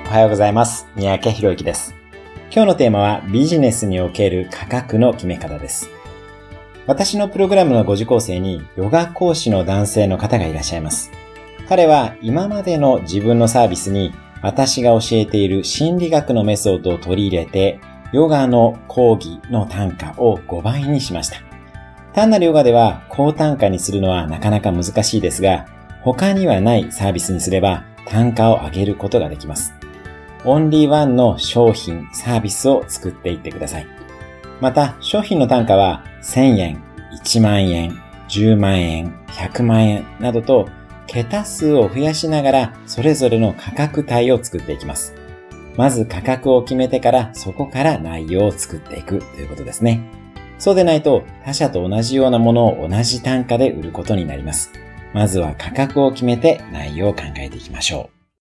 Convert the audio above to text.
おはようございます。三宅宏之です。今日のテーマはビジネスにおける価格の決め方です。私のプログラムのご受講生にヨガ講師の男性の方がいらっしゃいます。彼は今までの自分のサービスに私が教えている心理学のメソッドを取り入れてヨガの講義の単価を5倍にしました。単なるヨガでは高単価にするのはなかなか難しいですが、他にはないサービスにすれば単価を上げることができます。オンリーワンの商品、サービスを作っていってください。また、商品の単価は1000円、1万円、10万円、100万円などと桁数を増やしながらそれぞれの価格帯を作っていきます。まず価格を決めてからそこから内容を作っていくということですね。そうでないと他社と同じようなものを同じ単価で売ることになります。まずは価格を決めて内容を考えていきましょう。